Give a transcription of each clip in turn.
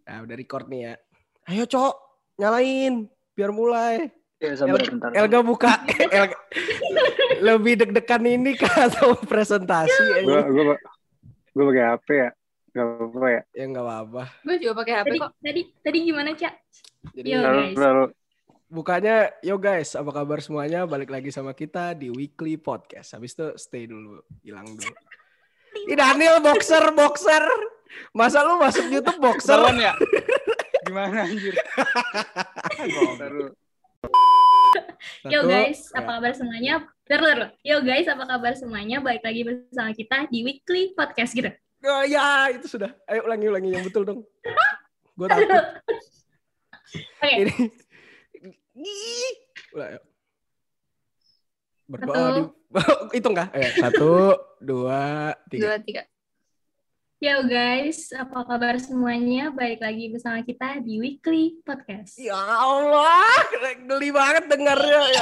Nah, udah record nih ya. Ayo, Cok, nyalain biar mulai. Ya, sabar bentar. Elga buka. Elga. Lebih deg-degan ini kan atau presentasi? Gue pakai HP ya. Gak apa-apa ya. Ya nggak apa-apa. Gue juga pakai HP kok. Tadi gimana, Cak? Jadi Yo guys. bukanya, yo guys, apa kabar semuanya? Balik lagi sama kita di Weekly Podcast. Habis itu stay dulu, hilang dulu. Ih, Daniel boxer. Masa lu masuk YouTube boxer? Ya? Gimana anjir? Yo guys, apa kabar semuanya? Bentar. Yo guys, apa kabar semuanya? Balik lagi bersama kita di Weekly Podcast gitu. Oh, ya, itu sudah. Ayo ulangi yang betul dong. Gue takut. Oke. Ini. Udah, ayo. Berdoa hitung kah? Ayo, 1, 2, 3. Yo guys, apa kabar semuanya? Balik lagi bersama kita di Weekly Podcast. Ya Allah, geli banget dengarnya ya.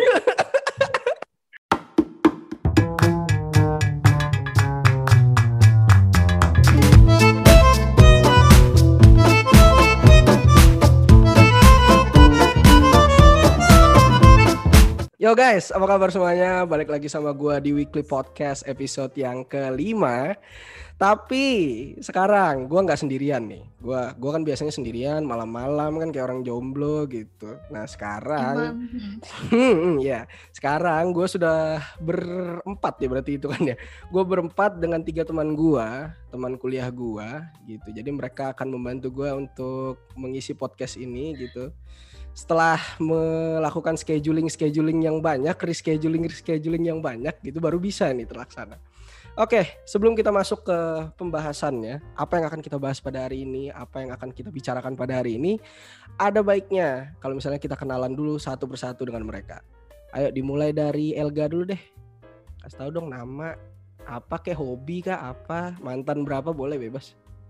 Yo guys, apa kabar semuanya? Balik lagi sama gua di Weekly Podcast episode yang ke-5. Tapi sekarang gue nggak sendirian nih. Gue kan biasanya sendirian malam-malam kan kayak orang jomblo gitu. Nah sekarang, ya sekarang gue sudah berempat ya berarti itu kan ya. Gue berempat dengan 3 teman gue, teman kuliah gue gitu. Jadi mereka akan membantu gue untuk mengisi podcast ini gitu. Setelah melakukan scheduling yang banyak, rescheduling yang banyak gitu baru bisa nih terlaksana. Oke, sebelum kita masuk ke pembahasannya, apa yang akan kita bahas pada hari ini, apa yang akan kita bicarakan pada hari ini, ada baiknya kalau misalnya kita kenalan dulu satu persatu dengan mereka. Ayo dimulai dari Elga dulu deh. Kasih tahu dong nama, apa kayak hobi kah, apa, mantan berapa boleh bebas.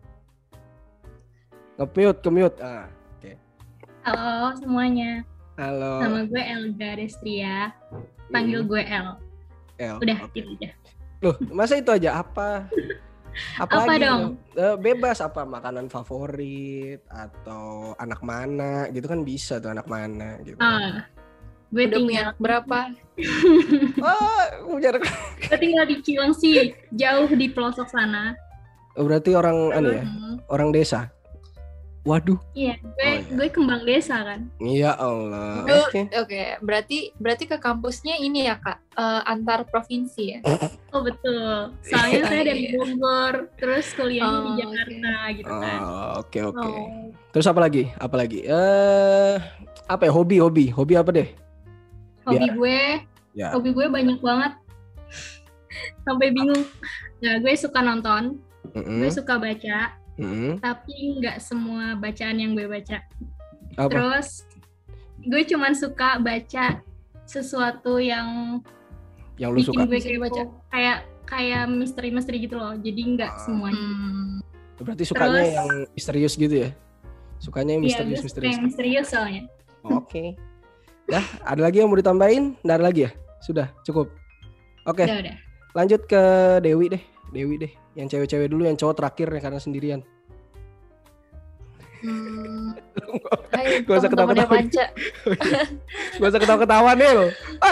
Nge-mute. Oke. Halo semuanya. Halo. Nama gue Elga Destria. Panggil gue El. Udah, okay. Gitu aja. Loh, masa itu aja? Apa lagi dong? Bebas, apa makanan favorit atau anak mana gitu kan bisa tuh, anak mana gitu. Gue tinggal anak berapa? Gue tinggal di Cilengsi, jauh di pelosok sana. Berarti orang orang desa. Waduh. Iya, gue kembang desa kan. Iya Allah. Oke. Berarti ke kampusnya ini ya Kak, antar provinsi ya? Oh betul. Soalnya saya dari Bogor, terus kuliahnya di Jakarta gitu kan. Oke. Terus apa lagi? Apa ya, hobi apa deh? Hobi gue banyak banget. Sampai bingung. Nah, gue suka nonton. Gue suka baca. Tapi nggak semua bacaan yang gue baca. Apa? Terus gue cuman suka baca sesuatu yang lu bikin suka. Gue baca kayak misteri gitu loh. Jadi nggak semuanya. Berarti sukanya yang misterius gitu ya? Sukanya yang misterius. Yang misterius soalnya. Oke. Dah, ada lagi yang mau ditambahin? Nggak ada lagi ya? Sudah, cukup. Oke. Udah. Lanjut ke Dewi deh. Yang cewek-cewek dulu, yang cowok terakhir ya karena sendirian. Gak usah ketawa-ketawa. Gak usah ketawa-ketawa nih lo.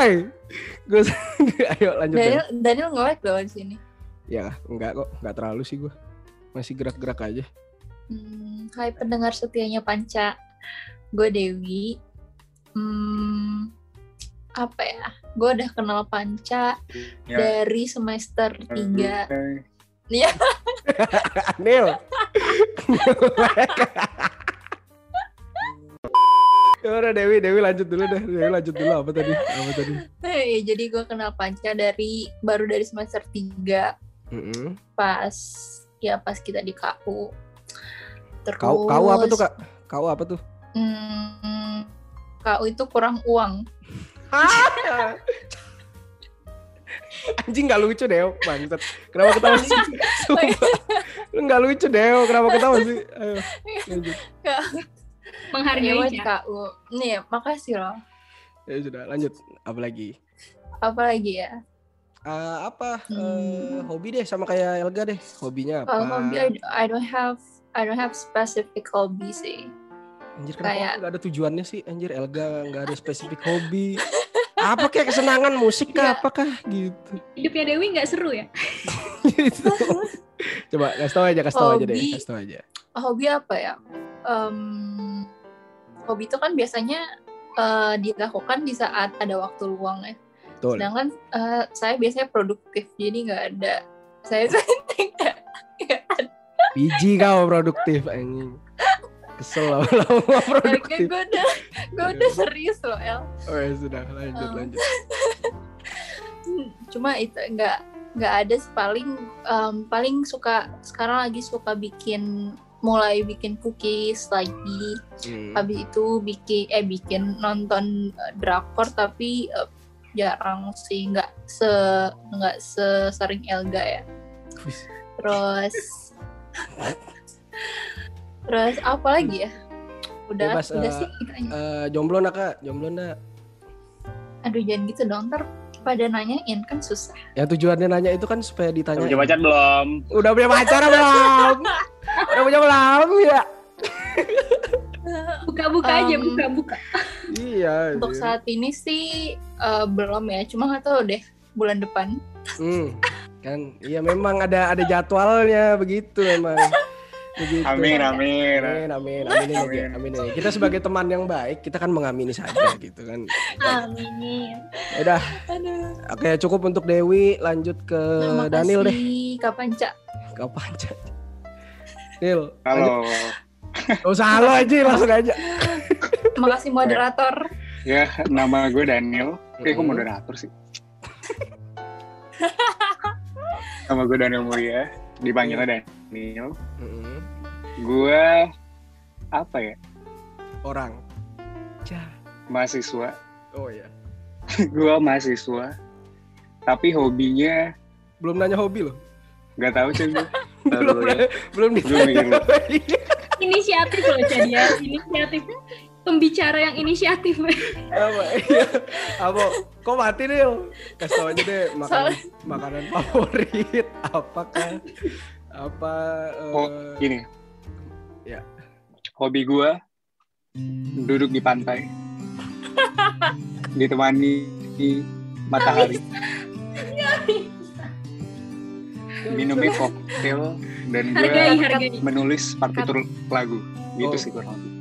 Ayo lanjut. Daniel nge-like loh di sini. Ya, enggak kok, enggak terlalu sih gue. Masih gerak-gerak aja. Hai pendengar setianya Panca. Gue Dewi. Apa ya? Gue udah kenal Panca dari semester 3. Iya. Nil. Ya udah Dewi lanjut dulu deh. Apa tadi? Jadi gue kenal Panca baru dari semester 3. Pas kita di KU. Terus KU apa tuh, Kak? KU apa tuh? KU itu kurang uang. Anjing gak lucu deh, bangsat. Kenapa ketawa sih? Lu gak lucu deh, kenapa ketawa sih? Ayo, lanjut. Menghargai KU. Nih, makasih loh. Ya sudah, lanjut. Apa lagi ya? Hobi deh, sama kayak Elga deh. Hobinya apa? Hobi, I don't have I don't have specific hobby sih. Anjir, kenapa nggak ada tujuannya sih? Anjir, Elga nggak ada spesifik hobi. Apa kayak kesenangan musik kah? Apakah gitu? Hidupnya Dewi nggak seru ya? Gitu. Coba kasih tau aja deh. Kasih tau aja. Hobi apa ya? Hobi itu kan biasanya dilakukan di saat ada waktu luang ya. Betul. Sedangkan saya biasanya produktif, jadi nggak ada. Saya nggak ada. Biji kau produktif, anjing. Kesel lama produktif. Gue udah serius loh, El. Oh ya sudah, lanjut. Cuma itu nggak ada, paling suka sekarang lagi suka mulai bikin cookies lagi. Habis itu bikin nonton drakor, tapi jarang sih, nggak sesering Elga ya. Terus apa lagi ya? Udah sih. Jomblo nak Kak? Jomblo nak? Aduh, jangan gitu dong, ntar pada nanyain kan susah. Ya tujuannya nanya itu kan supaya ditanya. Udah punya pacar belum? Udah punya pacar belum? Udah punya belum ya? Buka aja, buka. Iya. Untuk saat ini sih belum ya, cuma nggak tahu deh bulan depan. Kan, iya memang ada jadwalnya begitu memang. Begitu. Amin. Kita sebagai teman yang baik, kita kan mengamini saja gitu kan. Amin. Udah. Oke, cukup untuk Dewi, lanjut ke Daniel deh. Kapan Cak? Nil. Halo. Gak usah halo aja, langsung aja. Makasih moderator. Ya, nama gue Daniel. Kayak gue moderator sih. Nama gue Daniel Muria, dipanggilnya Daniel. Gue apa ya? Orang. Mahasiswa. Oh ya. Gue mahasiswa. Tapi hobinya belum nanya hobi loh. Gak tahu sih gue. belum ditanya. Inisiatif loh dia, inisiatif. Pembicara yang inisiatif. Apa? Kok mati nih? Kasih tau aja deh makanan favorit apakah? Gini. Ya. Hobi gue duduk di pantai. Ditemani matahari. Minumnya koktail dan gue menulis partitur lagu. Gitu sih kurang lebih.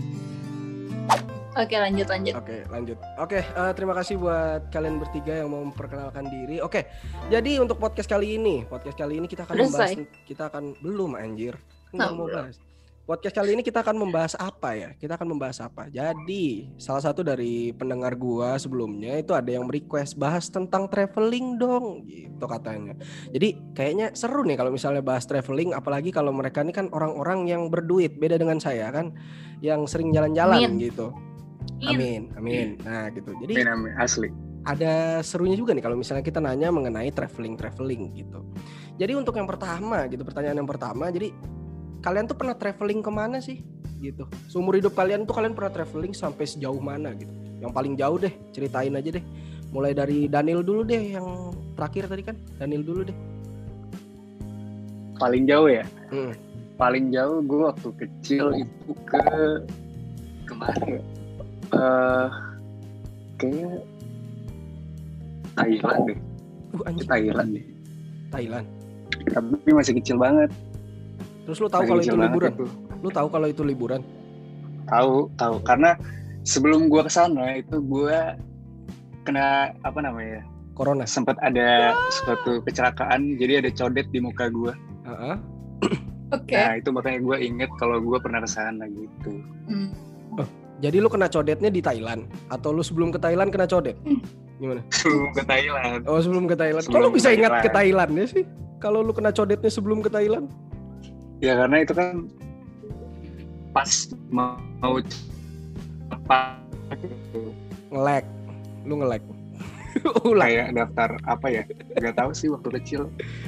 Oke, lanjut. Oke, terima kasih buat kalian bertiga yang mau memperkenalkan diri. Oke, jadi untuk podcast kali ini kita akan membahas. Belum anjir. Mau bahas. Podcast kali ini kita akan membahas apa ya? Jadi, salah satu dari pendengar gua sebelumnya itu ada yang request bahas tentang traveling dong, gitu katanya. Jadi, kayaknya seru nih kalau misalnya bahas traveling, apalagi kalau mereka ini kan orang-orang yang berduit, beda dengan saya kan, yang sering jalan-jalan gitu. Amin. Nah, gitu. Jadi, amin. Asli. ada serunya juga nih kalau misalnya kita nanya mengenai traveling gitu. Jadi, untuk yang pertama gitu, pertanyaan yang pertama, jadi kalian tuh pernah traveling kemana sih gitu? Seumur hidup kalian tuh kalian pernah traveling sampai sejauh mana gitu? Yang paling jauh deh, ceritain aja deh. Mulai dari Daniel dulu deh, yang terakhir tadi kan. Daniel dulu deh. Paling jauh ya? Paling jauh gue waktu kecil itu kemana ya? Kayaknya Thailand deh. Thailand. Tapi masih kecil banget. Terus lu tahu kalau itu liburan? Lu tahu kalau itu liburan? Tahu. Karena sebelum gua kesana itu gua kena corona. Sempat ada suatu kecelakaan, jadi ada codet di muka gua. Oke. Nah itu makanya gua inget kalau gua pernah kesana gitu. Jadi lu kena codetnya di Thailand? Atau lu sebelum ke Thailand kena codet? Gimana? Sebelum ke Thailand. Oh, sebelum ke Thailand. Kok lu bisa ingat ke Thailand ya sih? Kalau lu kena codetnya sebelum ke Thailand? Ya karena itu kan pas mau apa nge-lag. Lu nge-lag. Kayak daftar apa ya? Gak tahu sih waktu kecil.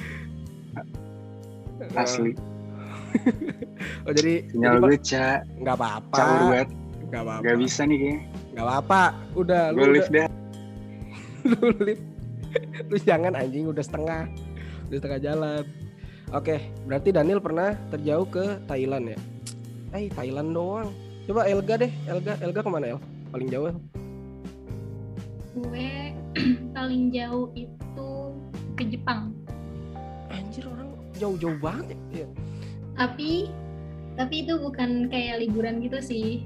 Asli. Oh jadi sinyal gue Cak. Enggak apa-apa. Caur banget. Enggak apa-apa. Gak bisa nih kayaknya. Enggak apa-apa. Udah lu lift dah. Lu lift. Lu jangan anjing udah setengah jalan. Oke, berarti Daniel pernah terjauh ke Thailand ya? Thailand doang. Coba Elga deh, Elga kemana El? Paling jauh? Gue paling jauh itu ke Jepang. Anjir, orang jauh-jauh banget ya. Tapi itu bukan kayak liburan gitu sih.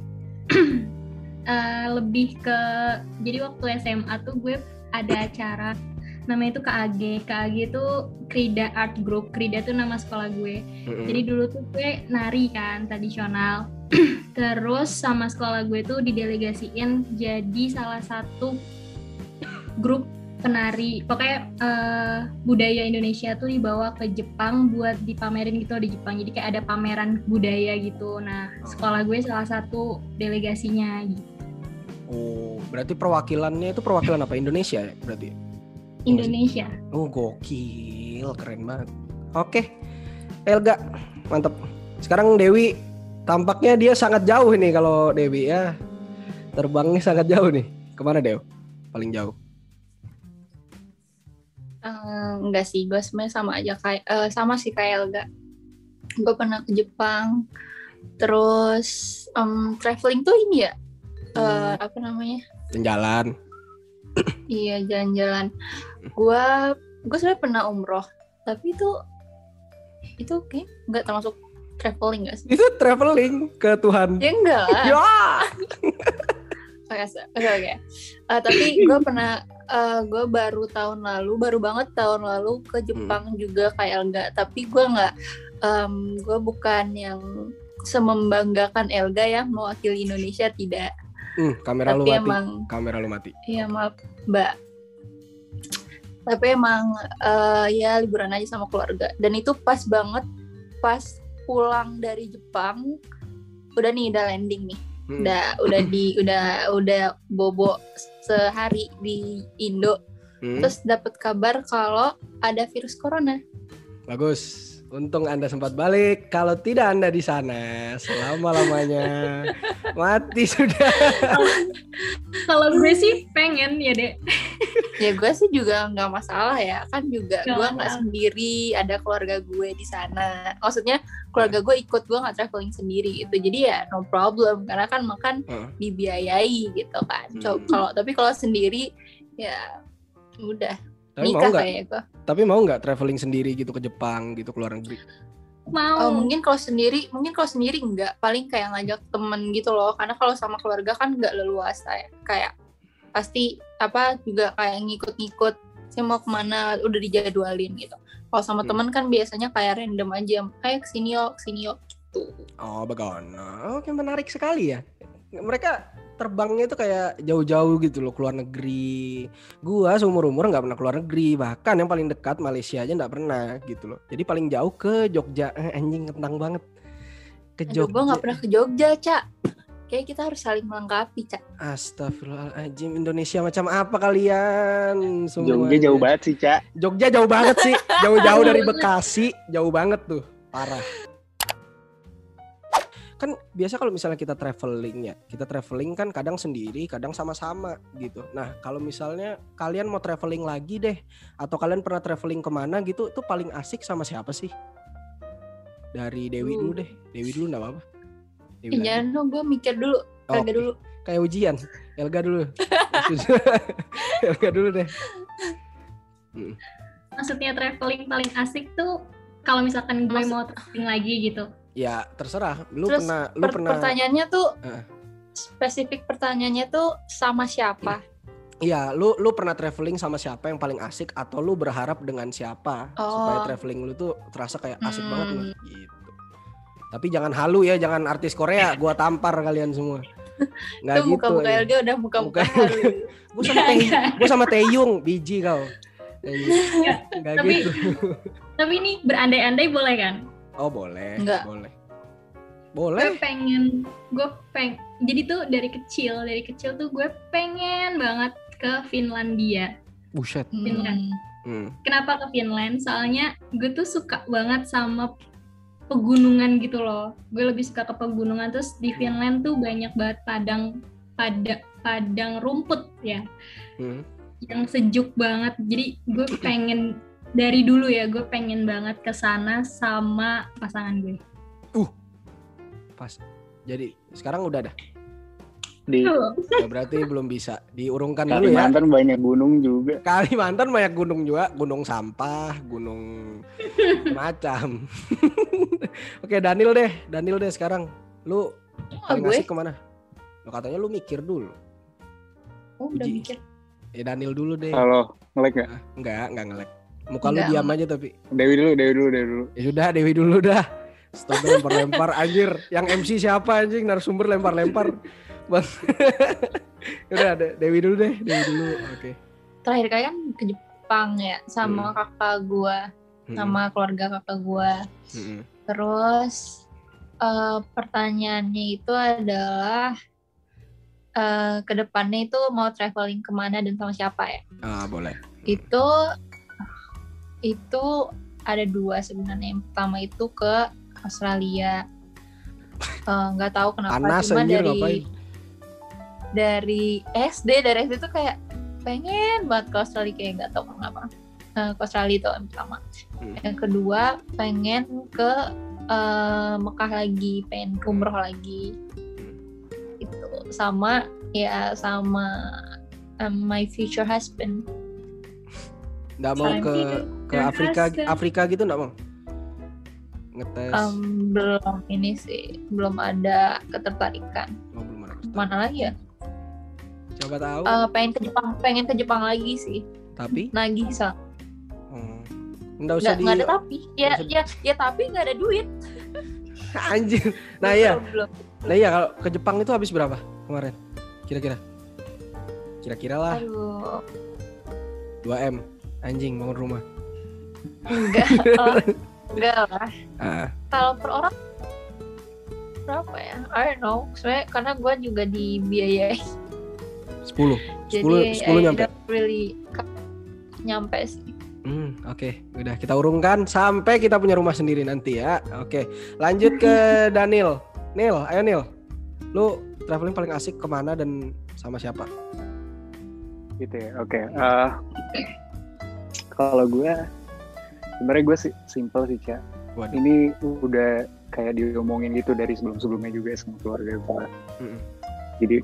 Lebih ke, jadi waktu SMA tuh gue ada acara namanya itu KAG itu Krida Art Group. Krida tuh nama sekolah gue. Jadi dulu tuh gue nari kan, tradisional. Terus sama sekolah gue tuh didelegasiin jadi salah satu grup penari. Pokoknya budaya Indonesia tuh dibawa ke Jepang buat dipamerin gitu di Jepang. Jadi kayak ada pameran budaya gitu. Nah, sekolah gue salah satu delegasinya gitu. Oh, berarti perwakilannya itu perwakilan apa? Indonesia ya berarti? Indonesia. Oh, gokil, keren banget. Oke, Elga, mantap. Sekarang Dewi, tampaknya dia sangat jauh ini kalau Dewi ya. Terbangnya sangat jauh nih. Kemana Dew? Paling jauh? Enggak sih, gue sebenarnya sama aja kayak sama sih kayak Elga. Gue pernah ke Jepang. Terus traveling tuh ini ya, apa namanya? Jalan. Iya, jalan-jalan. Gue sebenarnya pernah umroh, tapi itu kayak nggak termasuk traveling nggak sih? Itu traveling ke Tuhan. Ya enggak lah. Ya. Oke. Tapi gue pernah, gue baru banget tahun lalu ke Jepang juga kayak Elga. Tapi gue nggak, gue bukan yang semembanggakan Elga ya mewakili Indonesia, tidak. Kamera lu mati. Iya, maaf Mbak. Tapi emang ya liburan aja sama keluarga. Dan itu pas banget pas pulang dari Jepang. Udah landing nih. Udah bobo sehari di Indo. Terus dapat kabar kalau ada virus corona. Bagus. Untung Anda sempat balik. Kalau tidak Anda di sana selama-lamanya mati sudah. Kalau gue sih pengen ya Dek. Ya gue sih juga nggak masalah ya. Kan juga gue nggak sendiri. Ada keluarga gue di sana. Maksudnya keluarga gue ikut, gue nggak traveling sendiri gitu. Jadi ya no problem. Karena kan makan dibiayai gitu kan. Tapi kalau sendiri ya udah. Tapi mau nggak traveling sendiri gitu ke Jepang gitu, ke luar negeri? Mau. Mungkin kalau sendiri nggak, paling kayak ngajak temen gitu loh. Karena kalau sama keluarga kan nggak leluasa ya. Kayak pasti juga kayak ngikut-ngikut. Saya mau kemana udah dijadwalin gitu. Kalau sama temen kan biasanya kayak random aja. Kayak kesini yuk gitu. Oh, bagaimana? Oke, menarik sekali ya. Mereka terbangnya itu kayak jauh-jauh gitu loh, keluar negeri. Gua seumur-umur nggak pernah keluar negeri, bahkan yang paling dekat Malaysia aja nggak pernah gitu loh. Jadi paling jauh ke Jogja. Anjing, kentang banget ke Jogja. Gue nggak pernah ke Jogja, Cak. Kayak kita harus saling melengkapi, Cak. Astagfirullahaladzim, Indonesia macam apa kalian? Semuanya. Jogja jauh banget sih, Cak. Jogja jauh banget sih, jauh-jauh dari Bekasi, jauh banget tuh, parah. Kan biasa kalau misalnya kita traveling kan kadang sendiri, kadang sama-sama gitu. Nah, kalau misalnya kalian mau traveling lagi deh, atau kalian pernah traveling kemana gitu, itu paling asik sama siapa sih? Dari Dewi dulu deh. Dewi dulu enggak apa-apa. Jangan dong, gue mikir dulu. Elga dulu. Kayak ujian. Elga dulu. Elga dulu deh. Maksudnya traveling paling asik tuh kalau misalkan gue mau traveling lagi gitu. Ya terserah. Terus pertanyaannya tuh spesifik pertanyaannya tuh sama siapa? Iya, lu pernah traveling sama siapa yang paling asik, atau lu berharap dengan siapa supaya traveling lu tuh terasa kayak asik banget nih gitu. Tapi jangan halu ya, jangan artis Korea, gua tampar kalian semua. Nggak itu gitu. Muka-muka Elga udah muka-muka halu. Gua sama Taeyong, biji kau. Nggak gitu. Tapi ini berandai-andai boleh kan? Oh boleh. Enggak. Boleh. Gue pengen. Jadi tuh dari kecil tuh gue pengen banget ke Finlandia. Buset. Finland. Kenapa ke Finland? Soalnya gue tuh suka banget sama pegunungan gitu loh. Gue lebih suka ke pegunungan. Terus di Finland tuh banyak banget padang rumput ya. Yang sejuk banget. Jadi gue pengen dari dulu ya gue pengen banget ke sana sama pasangan gue. Pas. Jadi sekarang udah dah. Ya, berarti belum bisa diurungkan dulu ya. Kalimantan banyak gunung juga. Kalimantan banyak gunung juga, gunung sampah, gunung macam. Oke, Daniel deh sekarang. Lu paling asik kemana? Lo katanya lu mikir dulu. Udah mikir. Ya Daniel dulu deh. Halo, nge-lag Enggak nge-lag. Muka lu diam aja tapi. Dewi dulu. Ya sudah, Dewi dulu dah. Stop lempar anjir. Yang MC siapa anjing? Narasumber lempar. Bang. Udah, Dewi dulu deh. Oke. Terakhir kali kan ke Jepang ya sama kakak gua, sama keluarga kakak gua. Terus pertanyaannya itu adalah kedepannya itu mau traveling kemana dan sama siapa ya? Boleh. Itu ada dua sebenarnya. Yang pertama itu ke Australia. Nggak tahu kenapa. Panas, cuma anjir, ngapain? dari SD tuh kayak pengen banget ke Australia, kayak nggak tahu kenapa. Ke Australia itu yang pertama. Yang kedua pengen ke Mekah lagi, pengen umroh lagi. Itu sama my future husband. Nggak mau ke Afrika gitu nggak mau? Ngetes. Belum ada ketertarikan. Belum ada ketertarikan. Mana lagi ya? Coba tahu. Pengen ke Jepang lagi sih. Tapi? Nagih sa. Nggak usah nggak ada tapi. Ya tapi nggak ada duit. Anjir. Nah iya. Nah iya, kalau ke Jepang itu habis berapa kemarin? Kira-kira lah. Aduh. 2M. Anjing bangun rumah. Enggak lah. Kalau per orang berapa ya? I don't know. Sebenarnya karena gue juga dibiayai 10 jadi nyampe? Really nyampe sih. Oke. Udah kita urungkan sampai kita punya rumah sendiri nanti ya. Oke. Lanjut ke Daniel. Ayo Nil. Lu traveling paling asik kemana dan sama siapa? Gitu ya. Oke. Kalau gue sebenarnya gue simple sih, Cak. Ini udah kayak diomongin gitu dari sebelum-sebelumnya juga sama keluarga gue. Jadi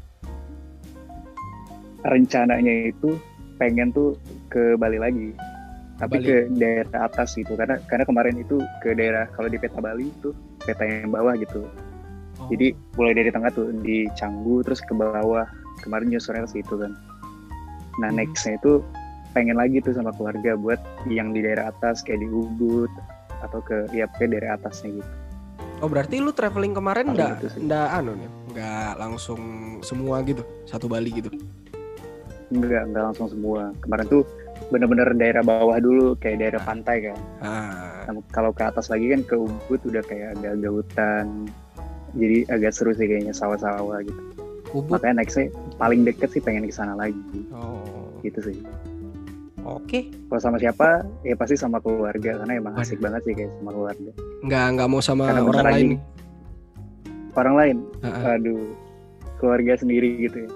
rencananya itu pengen tuh ke Bali lagi, tapi ke daerah atas gitu, karena kemarin itu ke daerah, kalau di peta Bali itu peta yang bawah gitu. Jadi mulai dari tengah tuh di Canggu terus ke bawah, kemarin nyusurnya ke situ kan. Nah nextnya itu pengen lagi tuh sama keluarga buat yang di daerah atas kayak di Ubud atau ke daerah atasnya gitu. Oh berarti lu traveling kemarin nggak langsung semua gitu, satu Bali gitu? Enggak langsung semua. Kemarin tuh bener-bener daerah bawah dulu, kayak daerah pantai kan. Nah, kalau ke atas lagi kan ke Ubud udah kayak agak hutan. Jadi agak seru sih kayaknya, sawah-sawah gitu. Makanya nextnya paling deket sih pengen ke sana lagi. Gitu sih. Oke. Kalau sama siapa? Ya pasti sama keluarga, karena emang asik banget sih kayak sama keluarga. Nggak mau sama orang lain. Orang lain? Aduh. Keluarga sendiri gitu ya.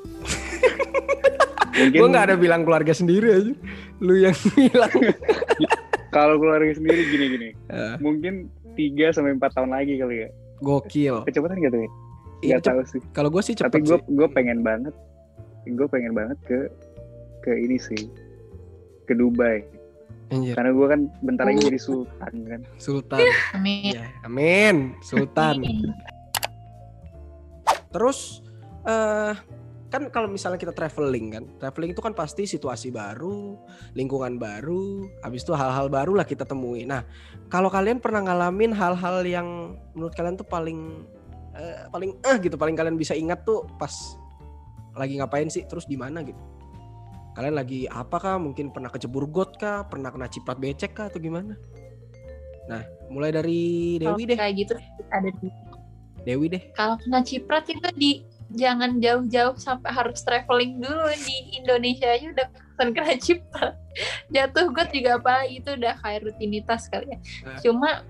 Gue nggak ada bilang keluarga sendiri aja, lu yang bilang. Kalau keluarga sendiri gini, mungkin 3-4 tahun lagi kali ya. Gokil. Kecepatan gitu ya? Nggak tahu sih. Kalau gue sih cepet. Tapi gue pengen banget ke ini sih, ke Dubai. Anjir. Karena gue kan bentar lagi jadi sultan kan. Amin. Ya, amin. Sultan. Terus kan kalau misalnya kita traveling itu kan pasti situasi baru, lingkungan baru, habis itu hal-hal baru lah kita temui. Nah, kalau kalian pernah ngalamin hal-hal yang menurut kalian tuh paling kalian bisa ingat tuh pas lagi ngapain sih, terus di mana gitu? Kalian lagi apa kah? Mungkin pernah kecebur got kah? Pernah kena ciprat becek kah atau gimana? Nah, mulai dari Dewi deh. Kayak gitu ada Dewi deh. Kalau kena ciprat itu jangan jauh-jauh sampai harus traveling dulu, di Indonesia aja udah kena ciprat. Jatuh got juga apa itu udah kayak rutinitas kali ya. Cuma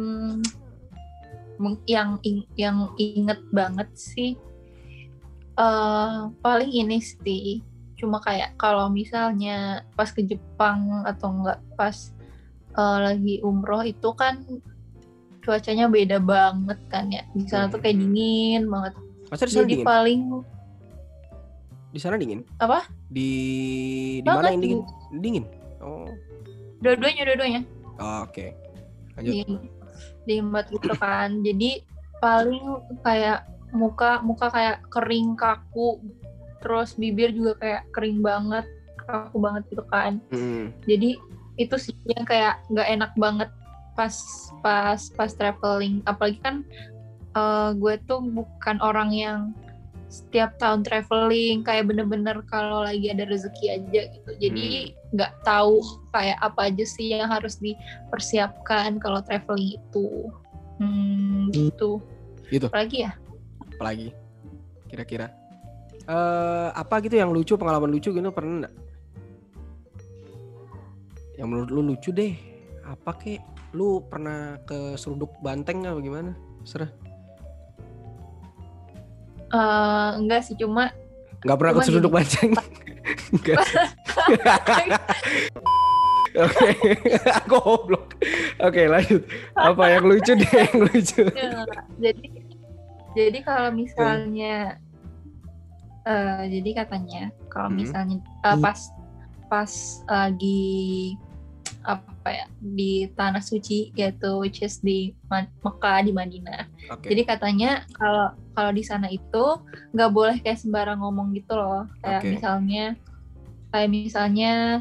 yang inget banget sih paling ini sih Cuma kayak kalau misalnya pas ke Jepang atau enggak pas lagi umroh itu kan cuacanya beda banget kan ya. Di sana tuh kayak dingin banget. Masa di sana Jadi dingin? paling Di sana dingin? apa? Di mana yang dingin? Dingin. Oh. Dua-duanya. Oh, oke. Lanjut. Dingin banget gitu kan. Jadi paling kayak muka kayak kering kaku, terus bibir juga kayak kering banget, kaku banget gitu kan. Jadi itu sih yang kayak nggak enak banget pas traveling. Apalagi kan gue tuh bukan orang yang setiap tahun traveling, kayak bener-bener kalau lagi ada rezeki aja gitu. Jadi nggak tahu kayak apa aja sih yang harus dipersiapkan kalau traveling itu. Gitu. Apalagi ya? Apalagi? Kira-kira? Apa gitu yang lucu, pengalaman lucu gitu pernah nggak? Yang menurut lu lucu deh. Apa kek? Lu pernah ke Seruduk Banteng nggak? Bagaimana? Serah. Enggak sih, cuma nggak pernah ke Seruduk Banteng. Enggak. Oke, goblok. Oke, lanjut. Apa yang lucu deh, yang lucu? Jadi kalau misalnya jadi katanya kalau misalnya pas lagi apa ya di tanah suci gitu, which is di Mekah, di Madinah. Okay. Jadi katanya kalau di sana itu nggak boleh kayak sembarang ngomong gitu loh. Kayak misalnya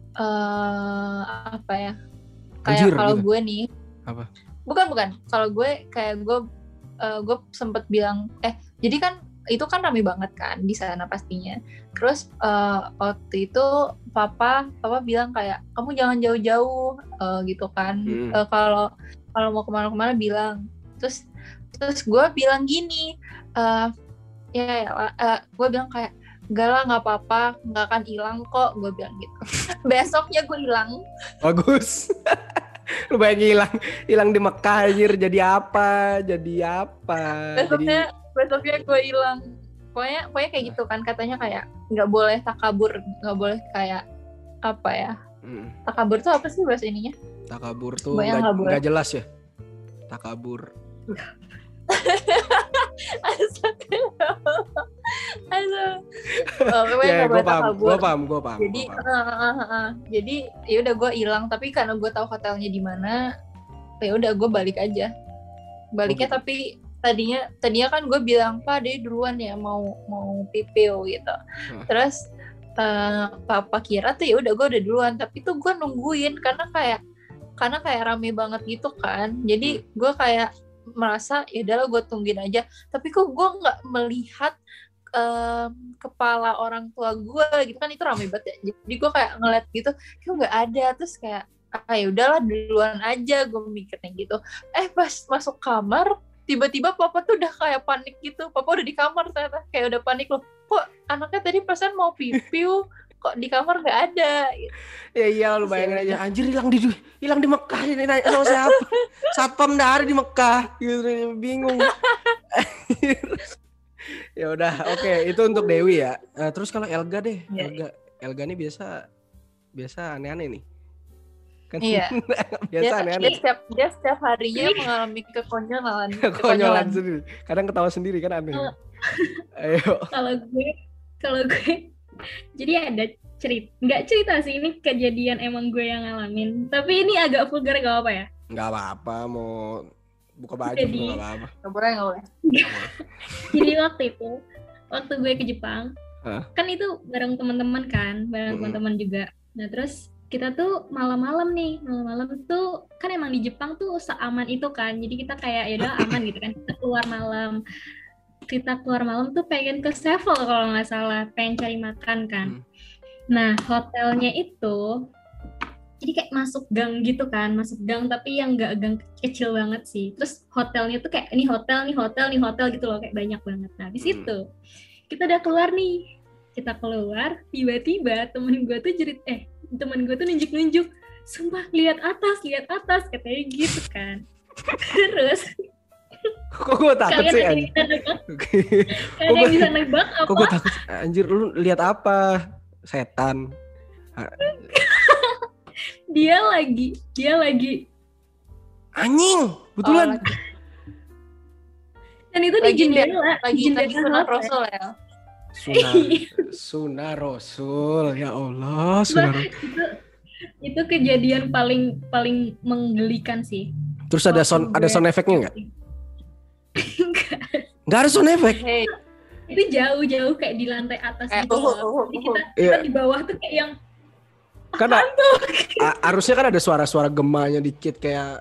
apa ya? Kayak kalau gitu? Gue nih. Apa? Bukan. Kalau gue kayak gue sempet bilang jadi kan itu kan rame banget kan di sana pastinya. Terus waktu itu papa bilang kayak kamu jangan jauh-jauh gitu kan. Kalau mau kemana-kemana bilang. Terus gue bilang gini, gue bilang kayak enggak lah, nggak apa-apa, nggak akan hilang kok, gue bilang gitu. Besoknya gue hilang. Bagus. Lu bayangin hilang di Mekah anjir, jadi apa? Besoknya gue hilang. Pokoknya kayak gitu kan, katanya kayak nggak boleh takabur, nggak boleh kayak apa ya? Takabur tuh apa sih bahasa ininya? Takabur tuh nggak jelas ya. Takabur. Gue paham. Jadi ya udah gue hilang, tapi karena gue tahu hotelnya di mana, ya udah gue balik aja. Baliknya tapi tadinya kan gue bilang, Pak dia duluan ya mau pipil gitu. Terus papa kira tuh ya udah gue udah duluan, tapi tuh gue nungguin karena kayak rame banget gitu kan. Jadi gue kayak merasa ya udahlah gue tungguin aja, tapi kok gue nggak melihat kepala orang tua gue gitu kan, itu rame banget ya. Jadi gue kayak ngeliat gitu kok nggak ada, terus kayak ya udahlah duluan aja, gue mikirnya gitu. Pas masuk kamar tiba-tiba papa tuh udah kayak panik gitu. Papa udah di kamar ternyata kayak udah panik loh, kok anaknya tadi perasaan mau pipiu kok di kamar nggak ada gitu. Ya iya, lu bayangin aja, anjir hilang di Mekah, ini nanya sama siapa? Satpam dari di Mekah gitu, bingung. Ya udah, oke, itu untuk Dewi ya. Terus kalau Elga deh, Elga nih biasa aneh-aneh nih. Kan biasa aneh-aneh. Dia setiap harinya mengalami kekonyolan sendiri. Kadang ketawa sendiri kan aneh. Ayo. Kalau gue jadi ada nggak cerita sih, ini kejadian emang gue yang ngalamin, tapi ini agak vulgar, gak apa ya? Nggak apa-apa, mau buka baju juga nggak apa-apa. Nggak boleh. Jadi waktu gue ke Jepang, kan itu bareng teman-teman kan, teman-teman juga. Nah terus kita tuh malam-malam tuh kan emang di Jepang tuh seaman itu kan, jadi kita kayak ya udah aman gitu kan, kita keluar malam tuh pengen ke Sevel kalau nggak salah, pengen cari makan kan. Nah hotelnya itu jadi kayak masuk gang gitu kan, tapi yang nggak gang kecil banget sih. Terus hotelnya tuh kayak ini hotel gitu loh, kayak banyak banget. Nah di situ kita udah keluar, tiba-tiba temen gue tuh nunjuk, sumpah lihat atas katanya gitu kan. Terus kok gue takut sih anjir? Kalian bisa nebak apa? Kok gue takut anjir, lu lihat apa? setan. Dia lagi anjing, betulan. Dan itu lagi di jendela, lagi sunat Rasul ya. Sunah Rasul, ya Allah, sunah Rasul. Itu kejadian paling menggelikan sih. Terus ada sound efeknya nggak? Nggak ada sound efek. Hey. Itu jauh kayak di lantai atas gitu. Jadi kita di bawah tuh kayak yang karena harusnya kan ada suara-suara gemanya dikit kayak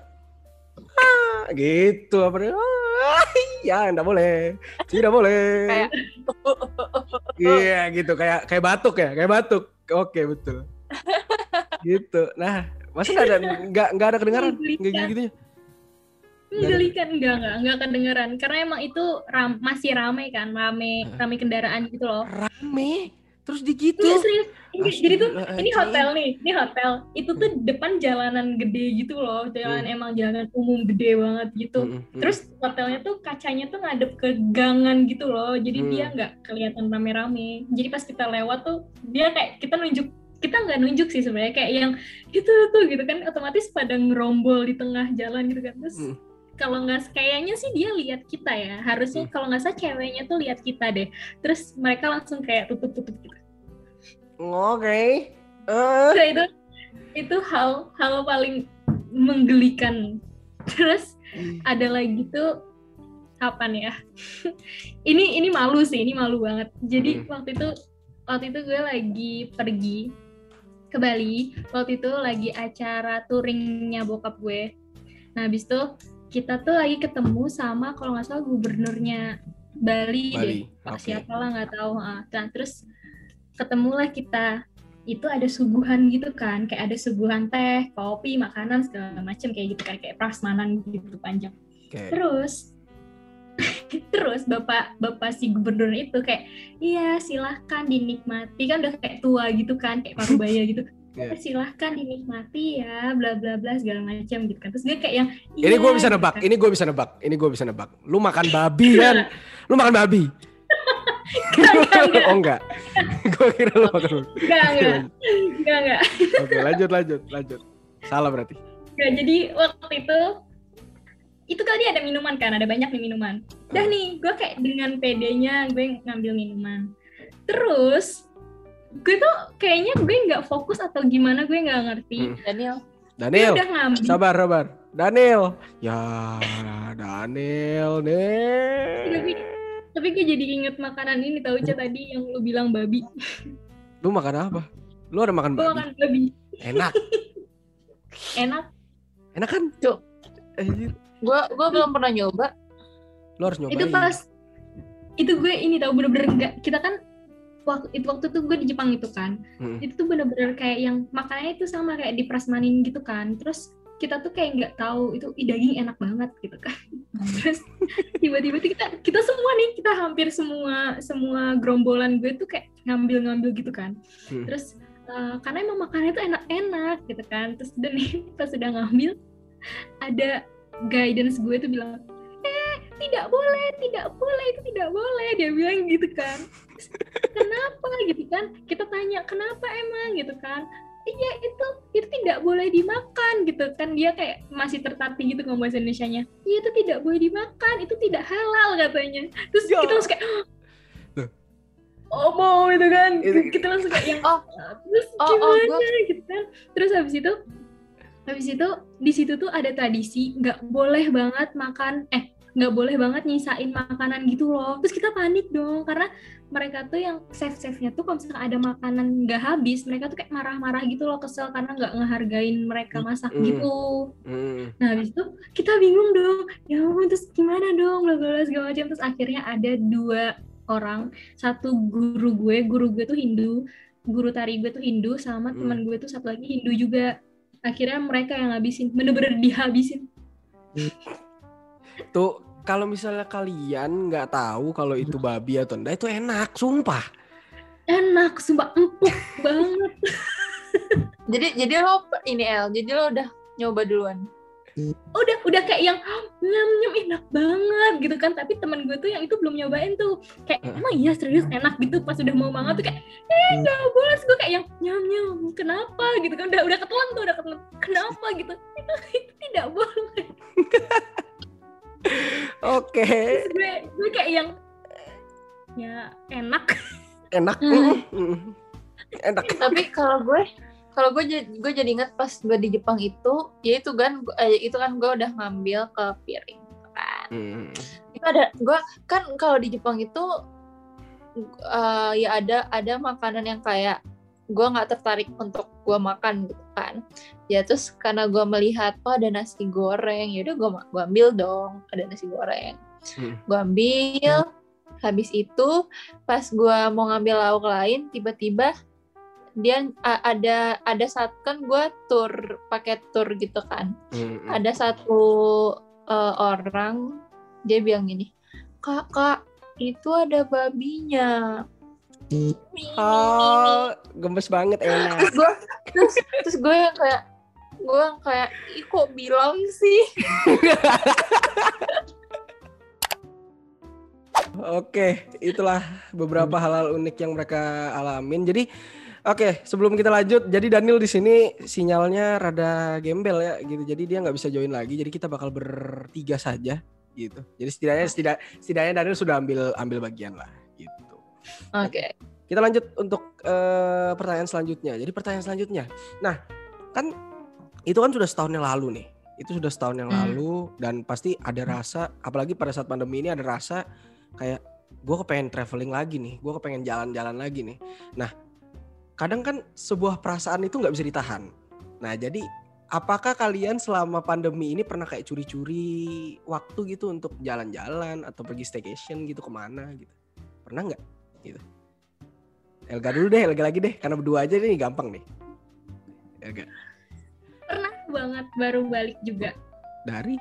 gitu apa ya tidak boleh kayak iya gitu kayak batuk oke betul gitu. Nah masa nggak ada kedengaran kayak gitunya? Menggelikan enggak kedengeran karena emang itu masih ramai kendaraan gitu loh. Rame terus digitu. Enggak serius. Jadi tuh ini hotel. Itu tuh depan jalanan gede gitu loh. Emang jalanan umum gede banget gitu. Terus hotelnya tuh kacanya tuh ngadep ke gangan gitu loh. Jadi dia nggak kelihatan rame-rame. Jadi pas kita lewat tuh dia kayak kita nggak nunjuk sih sebenarnya kayak yang gitu kan otomatis pada ngerombol di tengah jalan gitu kan. Terus kalau nggak kayaknya sih dia lihat kita ya. Harusnya kalau nggak salah ceweknya tuh lihat kita deh. Terus mereka langsung kayak tutup gitu. Oke. Nah, itu hal paling menggelikan. Terus ada lagi tuh apa nih ya? ini malu sih, ini malu banget. Jadi waktu itu gue lagi pergi ke Bali. Waktu itu lagi acara touringnya bokap gue. Nah, habis itu kita tuh lagi ketemu sama kalau nggak salah gubernurnya Bali. Deh. Siapa lah nggak tahu. Nah, terus ketemulah kita. Itu ada suguhan gitu kan, kayak ada suguhan teh, kopi, makanan segala macam kayak gitu kan, kayak prasmanan gitu panjang. Okay. Terus bapak si gubernur itu kayak, iya silahkan dinikmati, kan udah kayak tua gitu kan, kayak parubaya gitu. Yeah. Silahkan dinikmati ya, bla bla bla segala macam gitu kan. Terus dia kayak yang ini gue bisa nebak, Lu makan babi kan? Lu makan babi? Enggak. Oh enggak. Gue kira lu makan babi. Enggak. Oke, lanjut. Salah berarti. Enggak, jadi waktu itu tadi ada minuman kan, ada banyak nih minuman. Dah nih, gue kayak dengan pedenya gue ngambil minuman. Terus gue tuh kayaknya gue nggak fokus atau gimana, gue nggak ngerti. Daniel, sabar. Daniel, ya Daniel nih. Tapi gue jadi inget makanan ini tahu tadi yang lu bilang babi. Lu makan apa? Lu ada makan babi? Gue makan babi. Enak kan? Cuk. Gue belum pernah nyoba. Lu harus nyobain. Itu gue ini tahu bener-bener enggak. Kita kan waktu itu gue di Jepang itu kan. Itu tuh bener-bener kayak yang makanannya itu sama kayak diprasmanin gitu kan. Terus kita tuh kayak nggak tahu itu daging enak banget gitu kan. Terus tiba-tiba tuh kita semua nih, kita hampir semua gerombolan gue tuh kayak ngambil gitu kan. Terus karena emang makanannya tuh enak-enak gitu kan. Terus udah nih pas udah ngambil, ada guidance gue tuh bilang, tidak boleh, itu tidak boleh, dia bilang gitu kan. Terus, kenapa gitu kan? Kita tanya kenapa emang gitu kan? Iya itu tidak boleh dimakan gitu kan, dia kayak masih tertatih gitu ngomong bahasa Indonesianya. Iya itu tidak boleh dimakan, itu tidak halal katanya. Terus kita langsung kayak mau itu kan, kita langsung kayak yang terus gimana gitu kan. Terus habis itu di situ tuh ada tradisi nggak boleh banget nyisain makanan gitu loh. Terus kita panik dong karena mereka tuh yang chef-chefnya tuh kalau misalnya ada makanan nggak habis, mereka tuh kayak marah-marah gitu loh, kesel karena nggak ngehargain mereka masak gitu. Nah habis itu kita bingung dong, ya ampun terus gimana dong, bla bla segala macam. Terus akhirnya ada 2 orang, satu guru gue tuh Hindu, guru tari gue tuh Hindu, sama teman gue tuh satu lagi Hindu juga. Akhirnya mereka yang ngabisin, bener-bener dihabisin. Tuh kalau misalnya kalian nggak tahu kalau itu babi atau enggak, itu enak, sumpah. Enak, sumpah empuk banget. Jadi lo ini jadi lo udah nyoba duluan. udah kayak yang nyam enak banget gitu kan, tapi teman gue tuh yang itu belum nyobain tuh kayak emang iya serius enak gitu, pas udah mau banget tuh kayak nggak boleh, gue kayak yang nyam kenapa gitu kan, udah ketelan kenapa gitu, itu tidak boleh. Oke. Gue kayak yang ya enak. Enak. Tapi kalau gue jadi ingat pas gue di Jepang itu, ya itu kan gue udah ngambil ke piring kan. Itu gue kan kalau di Jepang itu ya ada makanan yang kayak gue nggak tertarik untuk gue makan gitu kan. Ya terus karena gue melihat ada nasi goreng, yaudah gue ambil dong, ada nasi goreng. Gue ambil. Habis itu pas gue mau ngambil lauk lain, tiba-tiba dia ada saat kan gue pakai tour gitu kan. Ada satu orang, dia bilang gini, kak itu ada babinya. Gemes banget, enak. Terus gue yang kayak ih kok bilang sih. Oke, itulah beberapa hal unik yang mereka alamin. Jadi, oke, sebelum kita lanjut, jadi Daniel di sini sinyalnya rada gembel ya, gitu. Jadi dia nggak bisa join lagi. Jadi kita bakal bertiga saja, gitu. Jadi setidaknya Daniel sudah ambil bagian lah, gitu. Oke. Kita lanjut untuk pertanyaan selanjutnya. Jadi pertanyaan selanjutnya, nah kan itu kan sudah setahun yang lalu nih. Itu sudah setahun yang lalu dan pasti ada rasa, apalagi pada saat pandemi ini ada rasa kayak gue kepengen traveling lagi nih, gue kepengen jalan-jalan lagi nih. Nah, kadang kan sebuah perasaan itu nggak bisa ditahan. Nah, jadi apakah kalian selama pandemi ini pernah kayak curi-curi waktu gitu untuk jalan-jalan atau pergi staycation gitu kemana gitu? Pernah nggak? Gitu. Elga dulu deh, Elga lagi deh, karena berdua aja nih gampang nih. Elga. Pernah banget, baru balik juga. Dari?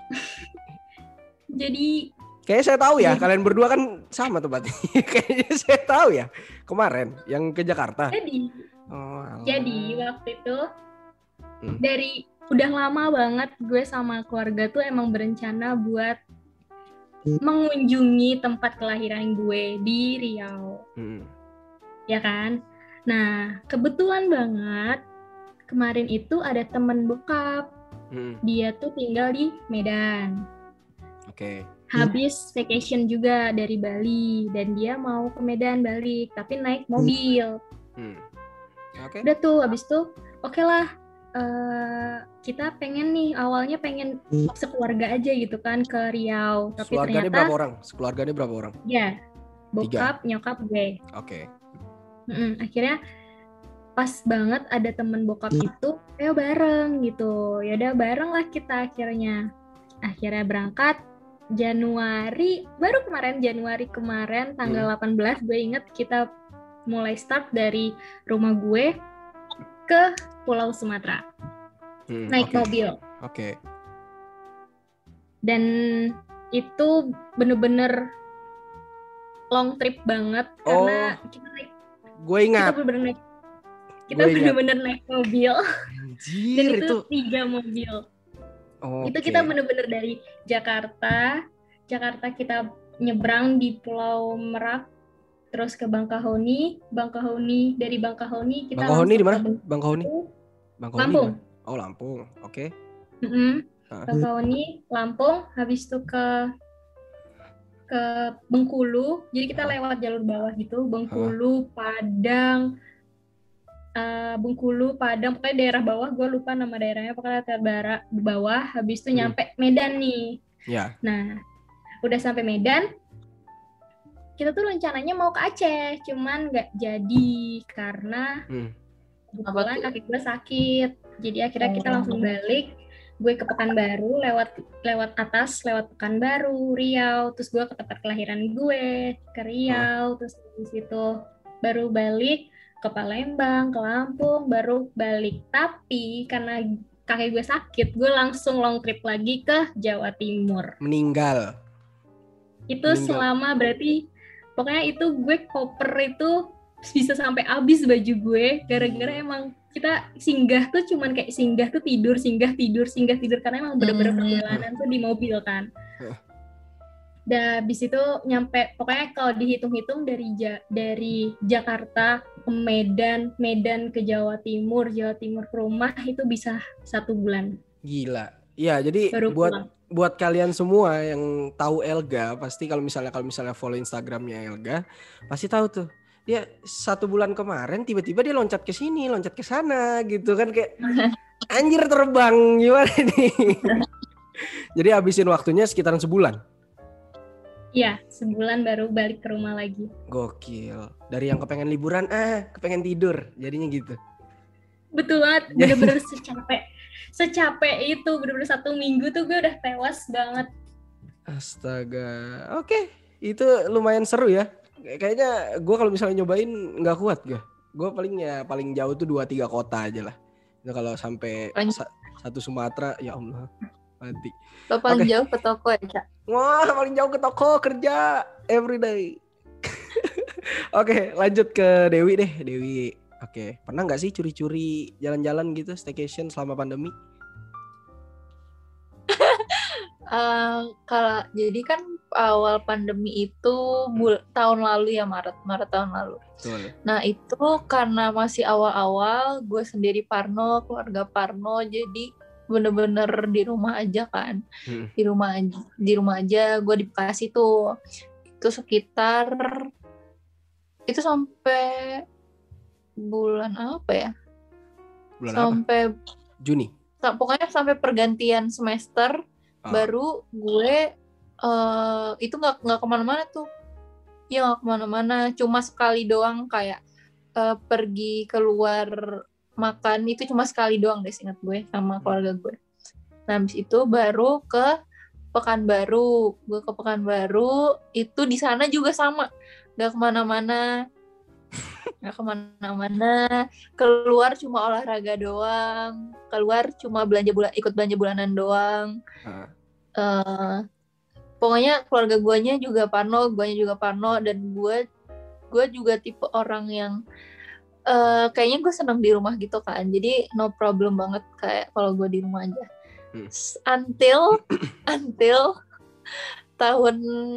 Jadi kayaknya saya tahu ya, kalian berdua kan sama tempatnya. Kayaknya saya tahu ya, kemarin yang ke Jakarta. Jadi waktu itu dari udah lama banget gue sama keluarga tuh emang berencana buat mengunjungi tempat kelahiran gue di Riau. Ya kan? Nah, kebetulan banget kemarin itu ada temen bokap. Dia tuh tinggal di Medan. Oke. Habis vacation juga dari Bali dan dia mau ke Medan balik tapi naik mobil. Okay. Udah tuh habis tuh oke lah, kita awalnya pengen sekeluarga aja gitu kan ke Riau, tapi sekeluarganya ternyata berapa orang? Sekeluarganya berapa orang? Ya, bokap, 3. Nyokap, gue. Oke. Akhirnya pas banget ada temen bokap itu, ayo bareng gitu. Ya udah bareng lah kita akhirnya berangkat. Januari kemarin tanggal 18 gue inget kita mulai start dari rumah gue ke Pulau Sumatera naik mobil. Oke. Dan itu bener-bener long trip banget karena gue ingat kita bener-bener naik mobil. Anjir, dan itu 3 mobil. Itu kita bener-bener dari Jakarta kita nyebrang di Pulau Merak, terus ke Bangkahuni, dari Bangkahuni kita Bangkahuni di mana? Bangkahuni? Lampung. Oh, Lampung. Oke. Bangkahuni, Lampung, habis itu ke Bengkulu. Jadi kita lewat jalur bawah gitu, Bengkulu, Padang, pokoknya daerah bawah, gue lupa nama daerahnya, pokoknya daerah bawah, habis itu nyampe Medan nih. Nah, udah sampai Medan, kita tuh rencananya mau ke Aceh, cuman nggak jadi karena kebetulan kaki gue sakit, jadi akhirnya kita langsung balik. Gue ke Pekanbaru, lewat atas, lewat Pekanbaru, Riau, terus gue ke tempat kelahiran gue, ke Riau, terus habis itu baru balik ke Palembang, ke Lampung, baru balik. Tapi karena kakek gue sakit, gue langsung long trip lagi ke Jawa Timur. Meninggal. Selama berarti, pokoknya itu gue koper itu bisa sampai habis baju gue gara-gara emang kita singgah tuh cuman kayak singgah tuh tidur karena emang bener-bener perjalanan tuh di mobil kan. Dan habis itu nyampe, pokoknya kalau dihitung-hitung dari Jakarta ke Medan ke Jawa Timur ke rumah itu bisa 1 bulan. Gila. Iya, jadi buat kalian semua yang tahu Elga, pasti kalau misalnya follow Instagramnya Elga, pasti tahu tuh. Dia 1 bulan kemarin tiba-tiba dia loncat ke sini, loncat ke sana gitu kan, kayak anjir terbang gimana nih. Jadi habisin waktunya sekitaran sebulan. Iya, sebulan baru balik ke rumah lagi. Gokil. Dari yang kepengen liburan, kepengen tidur, jadinya gitu. Betul banget, bener-bener secapek itu, bener-bener 1 minggu tuh gue udah tewas banget. Astaga, oke. Itu lumayan seru ya. Kayaknya gue kalau misalnya nyobain nggak kuat gue. Gue paling jauh tuh 2-3 kota aja lah. Itu kalau sampai 1 Sumatera, ya Allah. Mati. Lo paling jauh ke toko ya, Cak? Wah, paling jauh ke toko kerja everyday. Oke, lanjut ke Dewi deh. Dewi, oke. Pernah nggak sih curi-curi jalan-jalan gitu, staycation selama pandemi? Kalau jadi kan awal pandemi itu tahun lalu ya, Maret tahun lalu. Betul. Nah itu karena masih awal-awal, gue sendiri parno, keluarga parno, jadi bener-bener di rumah aja kan. Di rumah aja gue di Bekasi tuh. Itu sekitar itu sampai bulan apa ya? Sampai Juni. Pokoknya sampai pergantian semester baru gue itu nggak kemana-mana tuh. Ya nggak kemana-mana, cuma sekali doang kayak pergi keluar makan itu cuma sekali doang deh, ingat gue sama keluarga gue. Nah habis itu baru ke Pekanbaru. Gue ke Pekanbaru itu di sana juga sama, nggak kemana-mana, keluar cuma olahraga doang, keluar cuma ikut belanja bulanan doang. Pokoknya keluarga guanya juga parno, dan gue juga tipe orang yang kayaknya gue senang di rumah gitu kan, jadi no problem banget kayak kalau gue di rumah aja. Until tahun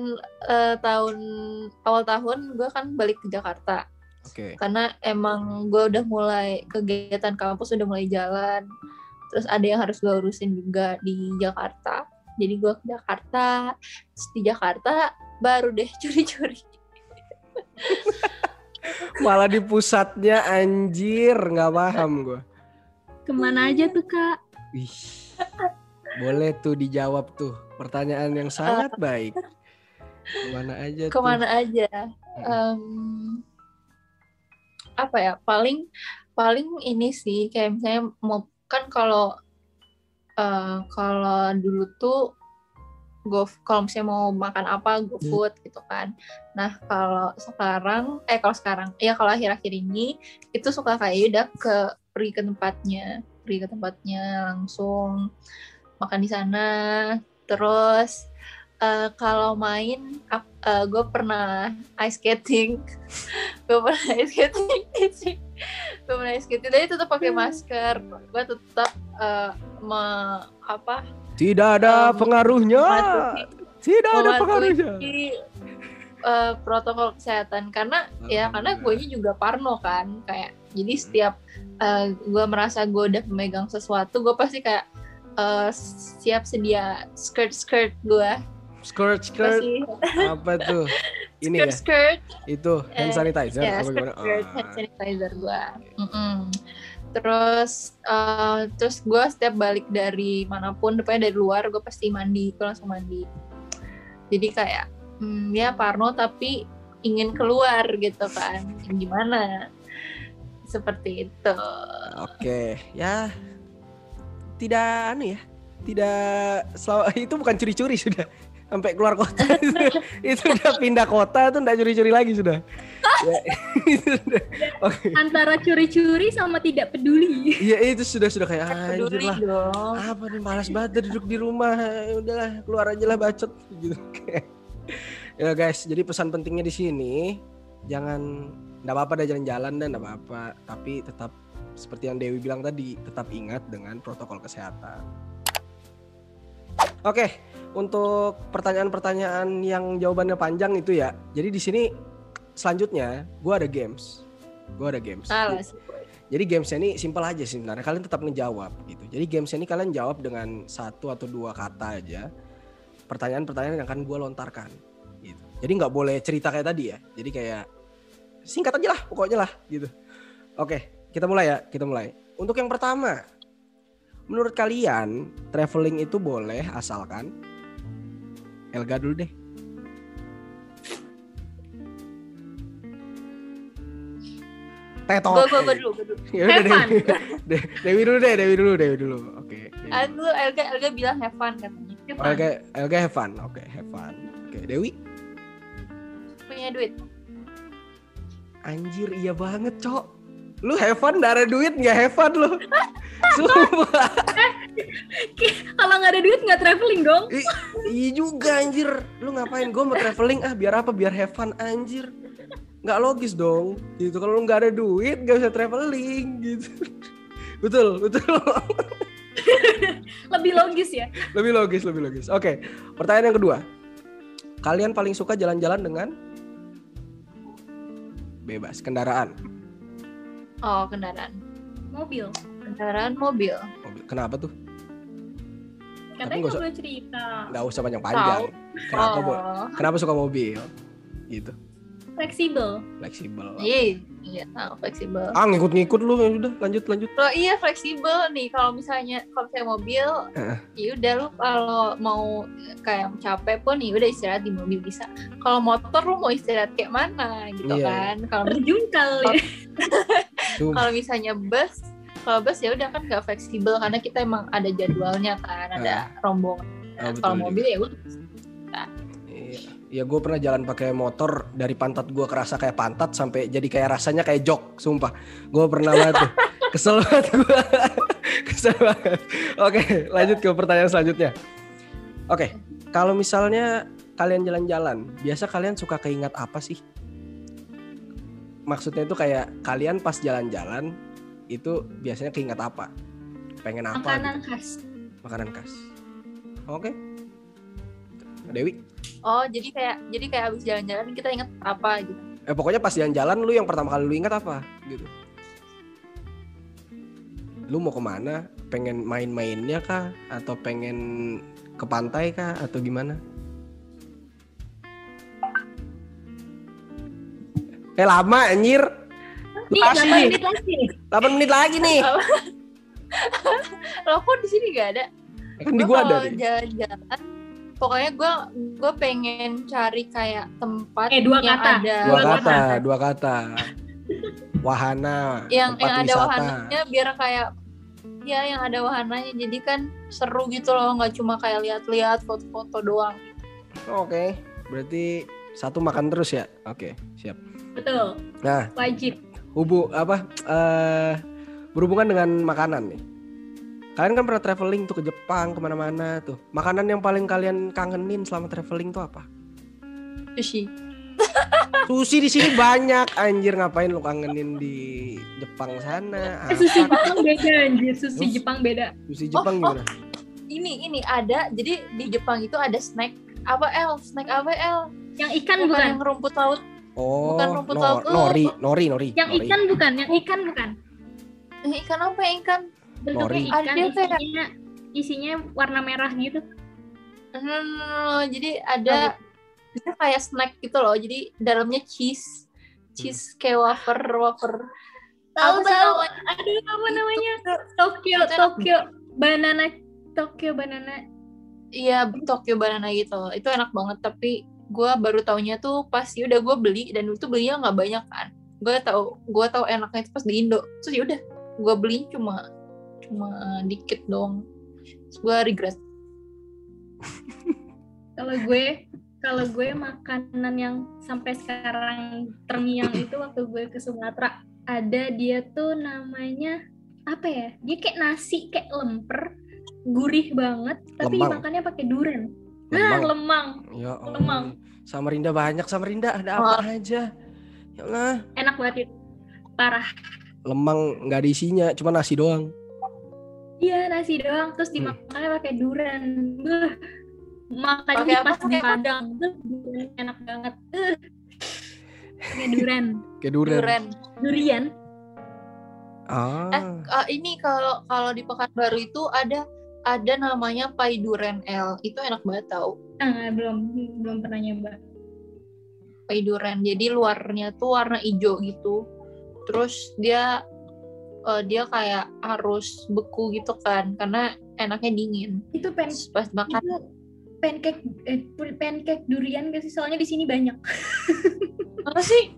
awal tahun gue kan balik ke Jakarta. Karena emang gue udah mulai kegiatan kampus udah mulai jalan, terus ada yang harus gue urusin juga di Jakarta. Jadi gue ke Jakarta, terus di Jakarta baru deh curi-curi. Malah di pusatnya, anjir, nggak paham gue. Kemana aja tuh, Kak? Wih, boleh tuh dijawab tuh, pertanyaan yang sangat baik. Kemana aja? Apa ya? Paling ini sih, kayak misalnya mau kan kalau dulu tuh kalau misalnya mau makan apa GoFood gitu kan. Nah kalau akhir-akhir ini itu suka kayak udah pergi ke tempatnya langsung makan di sana. Terus kalau main gue pernah ice skating. Tapi tetap pakai masker. Gue tetap tidak ada pengaruhnya. Protokol kesehatan karena gue juga parno kan, kayak jadi setiap gue merasa gue udah memegang sesuatu, gue pasti kayak siap sedia skirt gue. Skirt apa tuh? Ini skirt itu hand sanitizer apa gimana? Hand sanitizer gue. Terus gue setiap balik dari manapun, depannya dari luar, gue pasti gue langsung mandi. Jadi kayak ya parno tapi ingin keluar gitu kan, gimana? Seperti itu. Oke, ya tidak itu bukan curi-curi sudah. Sampai keluar kota itu udah pindah kota tuh enggak curi-curi lagi sudah. Antara curi-curi sama tidak peduli. Iya itu sudah kayak anjir lah. Apa nih, malas banget duduk di rumah. Udahlah keluar aja lah bacot gitu. Ya guys, jadi pesan pentingnya di sini jangan Nggak apa-apa dah jalan-jalan dan nggak apa-apa. Tapi tetap seperti yang Dewi bilang tadi, tetap ingat dengan protokol kesehatan. Oke, untuk pertanyaan-pertanyaan yang jawabannya panjang itu ya. Jadi di sini selanjutnya gue ada games. Jadi gamesnya ini simpel aja sih sebenarnya. Kalian tetap ngejawab gitu. Jadi gamesnya ini kalian jawab dengan 1 atau 2 kata aja. Pertanyaan-pertanyaan yang akan gue lontarkan. Gitu. Jadi nggak boleh cerita kayak tadi ya. Jadi kayak singkat aja lah pokoknya lah gitu. Oke, kita mulai ya. Untuk yang pertama, menurut kalian traveling itu boleh asalkan Elga dulu deh. Gue dulu. Ya udah Dewi dulu. Oke. Elga bilang have fun katanya. Elga have fun. Oke, have fun. Oke, Dewi punya duit. Anjir, iya banget, Cok. Lu have fun gak ada duit, gak have fun lu. Sumpah. Kalau gak ada duit gak traveling dong. Iya juga anjir. Lu ngapain? Gue mau traveling biar apa? Biar have fun anjir. Gak logis dong gitu. Kalau lu gak ada duit gak bisa traveling gitu. Betul. Lebih logis ya. Lebih logis. Oke, pertanyaan yang kedua. Kalian paling suka jalan-jalan dengan bebas kendaraan? Oh, kendaraan. Mobil. Kenapa tuh? Katanya gak boleh cerita. Gak usah panjang-panjang. Kenapa suka mobil? Gitu. Fleksibel. Iya, fleksibel. Ngikut-ngikut lu, ya udah lanjut. Lo iya fleksibel nih. Kalau misalnya mobil, ya udah lu kalau mau kayak capek pun ya udah istirahat di mobil bisa. Kalau motor lu mau istirahat kayak mana gitu kan? Kalau berjungkal ya. Kalau misalnya bus ya udah kan nggak fleksibel karena kita emang ada jadwalnya kan, ada rombongan. Kalau mobil ya udah. Ya gue pernah jalan pakai motor dari pantat gue kerasa kayak pantat sampai jadi kayak rasanya kayak jok, sumpah. Gue pernah banget tuh. Kesel banget gue. Oke, lanjut ke pertanyaan selanjutnya. Oke, kalau misalnya kalian jalan-jalan, biasa kalian suka keingat apa sih? Maksudnya itu kayak kalian pas jalan-jalan itu biasanya keingat apa? Pengen apa? Makanan khas. Oke. Dewi? Oh, jadi kayak abis jalan-jalan kita ingat apa gitu. Pokoknya pas jalan-jalan lu yang pertama kali lu ingat apa gitu. Lu mau kemana? Pengen main-mainnya kah? Atau pengen ke pantai kah? Atau gimana? Lama anjir. Nih, 8 menit lagi nih. Loh, kok di sini gak ada? Kan di gua ada. Jalan-jalan. Pokoknya gue pengen cari kayak tempat dua kata. Wahana. Yang ada wahananya biar kayak yang ada wahananya jadi kan seru gitu loh, nggak cuma kayak lihat-lihat foto-foto doang. Oke, berarti satu makan terus ya. Oke, siap. Betul. Nah, wajib. Berhubungan dengan makanan nih. Kalian kan pernah traveling tuh ke Jepang, kemana-mana tuh. Makanan yang paling kalian kangenin selama traveling tuh apa? Sushi di sini banyak, anjir, ngapain lu kangenin di Jepang sana? Sushi Jepang beda anjir, Jepang beda. Sushi Jepang gimana? Ini ada, jadi di Jepang itu ada snack apa L? Yang ikan bukan? Yang rumput laut. Oh, bukan rumput laut. Nori. Yang ikan bukan? Ikan apa yang ikan? Bentuknya ikan, isinya warna merah gitu. Jadi ada itu kayak snack gitu loh. Jadi dalamnya cheese kayak wafer. Tahu. Aduh, apa namanya? Tokyo banana. Iya, Tokyo banana gitu. Itu enak banget. Tapi gue baru taunya tuh pas udah gue beli dan itu belinya nggak banyak kan. Gue tahu enaknya itu pas di Indo. Terus udah gue beli cuma dikit dong. Gue regret. Kalau gue makanan yang sampai sekarang terngiang itu waktu gue ke Sumatera, ada dia tuh namanya apa ya? Dia kayak nasi, kayak lemper, gurih banget, tapi dimakannya pakai durian. Lemang. Ya Allah. Samarinda banyak, ada apa aja. Ya Allah. Enak banget itu. Parah. Lemang nggak ada isinya, cuma nasi doang. Iya, nasi doang, terus dimakannya pakai durian. Makannya pas di Padang. Enak banget. Pakai durian. Durian. Ini kalau di Pekanbaru itu ada namanya pai duren L. Itu enak banget tau. Belum pernah nyoba. Pai duren. Jadi luarnya tuh warna hijau gitu. Terus dia kayak harus beku gitu kan, karena enaknya dingin. Itu pas makan. Itu pancake durian gak sih? Soalnya di sini banyak. Apa sih?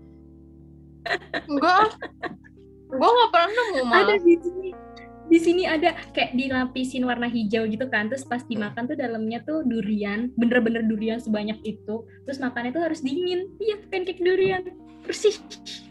Enggak. Gue nggak pernah nemu malah. Ada di sini ada kayak dilapisin warna hijau gitu kan, terus pas dimakan tuh dalamnya tuh durian, bener-bener durian sebanyak itu, terus makannya tuh harus dingin. Iya, pancake durian persis.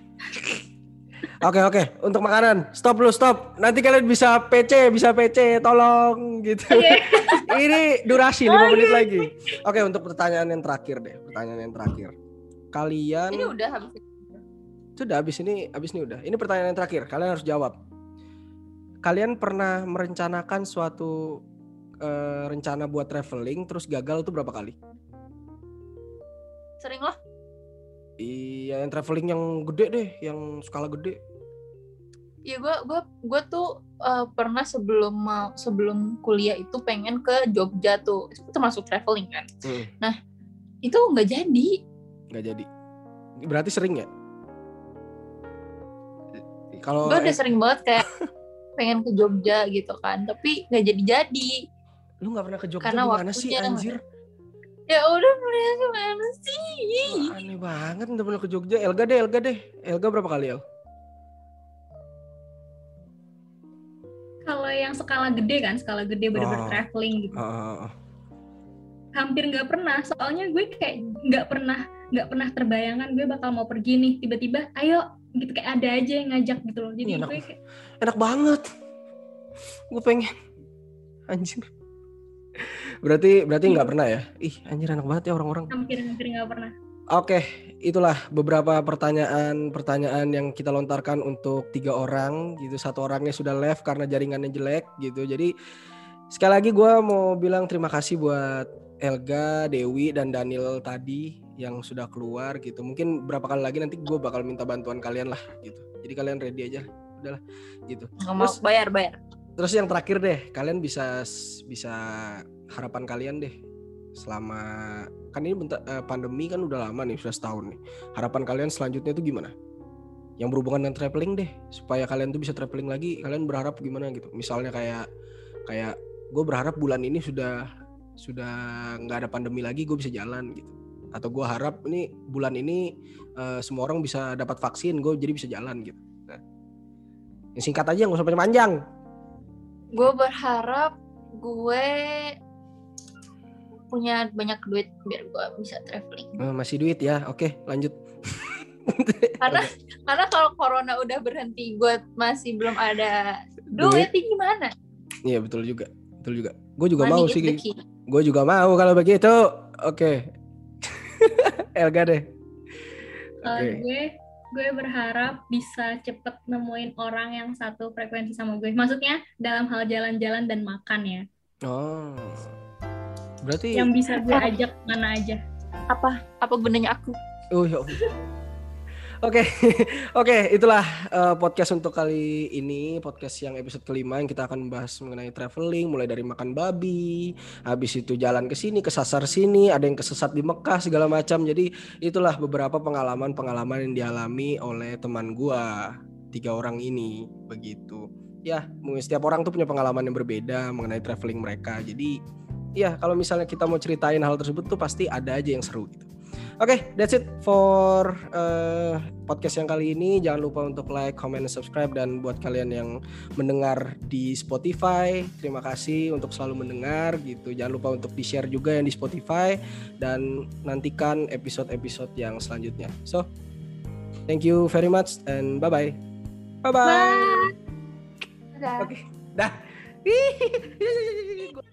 Oke, untuk makanan stop. Nanti kalian bisa PC, tolong gitu. Okay. Ini durasi 5 menit lagi. Oke, untuk pertanyaan yang terakhir deh. Kalian? Ini udah habis. Sudah habis ini udah. Ini pertanyaan yang terakhir. Kalian harus jawab. Kalian pernah merencanakan suatu rencana buat traveling terus gagal tuh berapa kali? Sering lah. Iya, yang traveling yang gede deh, yang skala gede. Iya, gue tuh pernah sebelum kuliah itu pengen ke Jogja tuh, itu termasuk traveling kan. Nah, itu nggak jadi. Berarti sering ya? Kalau gue udah sering banget kayak pengen ke Jogja gitu kan, tapi nggak jadi. Lu nggak pernah ke Jogja karena gimana sih anjir? Ya udah, pernah gimana sih? Wah, aneh banget udah pernah ke Jogja. Elga deh. Elga berapa kali, El? Kalau yang skala gede bener-bener traveling gitu. Hampir nggak pernah, soalnya gue kayak nggak pernah terbayangkan gue bakal mau pergi nih, tiba-tiba ayo gitu, kayak ada aja yang ngajak gitu loh. Jadi gue kayak enak banget. Gue pengen. Anjir. Berarti nggak pernah ya? Ih, anjir enak banget ya orang-orang. Hampir nggak pernah. Oke, itulah beberapa pertanyaan yang kita lontarkan untuk 3 orang gitu. 1 orangnya sudah left karena jaringannya jelek gitu. Jadi sekali lagi gue mau bilang terima kasih buat Elga, Dewi, dan Daniel tadi yang sudah keluar gitu. Mungkin berapa kali lagi nanti gue bakal minta bantuan kalian lah gitu. Jadi kalian ready aja, udahlah gitu. Nggak mau bayar. Terus yang terakhir deh, kalian bisa harapan kalian deh selama kan ini pandemi kan udah lama nih, sudah setahun nih. Harapan kalian selanjutnya itu gimana? Yang berhubungan dengan traveling deh, supaya kalian tuh bisa traveling lagi. Kalian berharap gimana gitu? Misalnya kayak gue berharap bulan ini sudah nggak ada pandemi lagi, gue bisa jalan gitu. Atau gue harap ini bulan ini semua orang bisa dapat vaksin, gue jadi bisa jalan gitu. Nah, yang singkat aja, nggak usah panjang. Gue berharap gue punya banyak duit biar gue bisa traveling. Masih duit ya, oke lanjut. Karena kalau corona udah berhenti, gue masih belum ada duit. Gimana? Iya betul juga. Gue juga mau sih. Gue juga mau kalau begitu. Oke. Elga deh. Gue berharap bisa cepet nemuin orang yang satu frekuensi sama gue. Maksudnya dalam hal jalan-jalan dan makan ya. Oh. Berarti yang bisa gue ajak mana aja. Apa gunanya aku? Oh ya. Oke, itulah podcast untuk kali ini, podcast yang episode kelima yang kita akan membahas mengenai traveling, mulai dari makan babi, habis itu jalan ke sini, kesasar sini, ada yang kesesat di Mekah segala macam. Jadi itulah beberapa pengalaman yang dialami oleh teman gua 3 orang ini begitu. Ya, mungkin setiap orang tuh punya pengalaman yang berbeda mengenai traveling mereka. Jadi ya kalau misalnya kita mau ceritain hal tersebut tuh pasti ada aja yang seru gitu. Oke, that's it for podcast yang kali ini. Jangan lupa untuk like, comment, dan subscribe. Dan buat kalian yang mendengar di Spotify, terima kasih untuk selalu mendengar gitu. Jangan lupa untuk di-share juga yang di Spotify. Dan nantikan episode-episode yang selanjutnya. So, thank you very much and bye-bye. Bye-bye. Bye. Oke, dah.